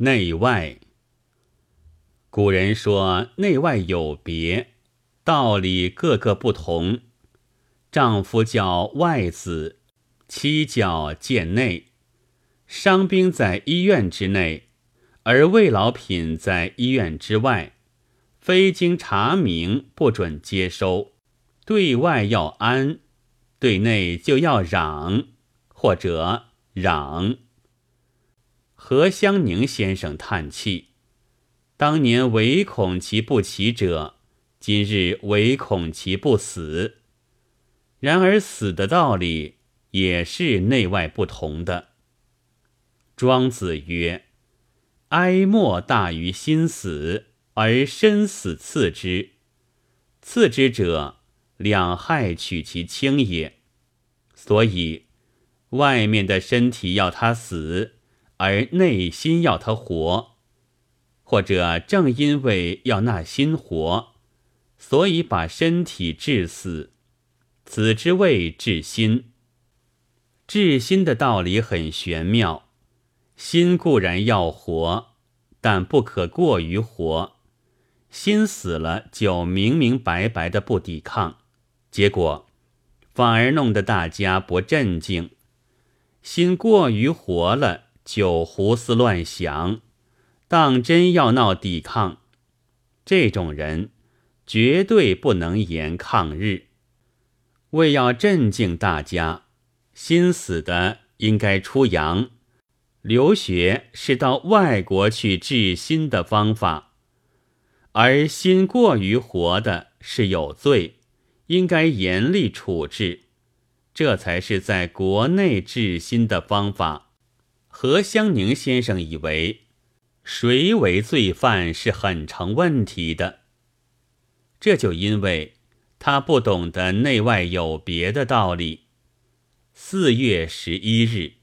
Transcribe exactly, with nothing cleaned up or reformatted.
内外。古人说内外有别，道理各个不同。丈夫叫外子，妻叫贱内。伤兵在医院之内，而慰劳品在医院之外，非经查明不准接收。对外要安，对内就要攘，或者攘。何香凝先生叹气，当年唯恐其不起者，今日唯恐其不死。然而死的道理也是内外不同的。庄子曰：哀莫大于心死，而身死次之。次之者，两害取其轻也。所以外面的身体要他死，而内心要他活，或者正因为要那心活，所以把身体致死，此之谓治心。治心的道理很玄妙，心固然要活，但不可过于活。心死了就明明白白的不抵抗，结果反而弄得大家不镇静。心过于活了就胡思乱想，当真要闹抵抗，这种人绝对不能言抗日。为要镇静大家，心死的应该出洋，留学是到外国去治心的方法，而心过于活的是有罪，应该严厉处置，这才是在国内治心的方法。何香凝先生以为谁为罪犯是很成问题的，这就因为他不懂得内外有别的道理。四月十一日。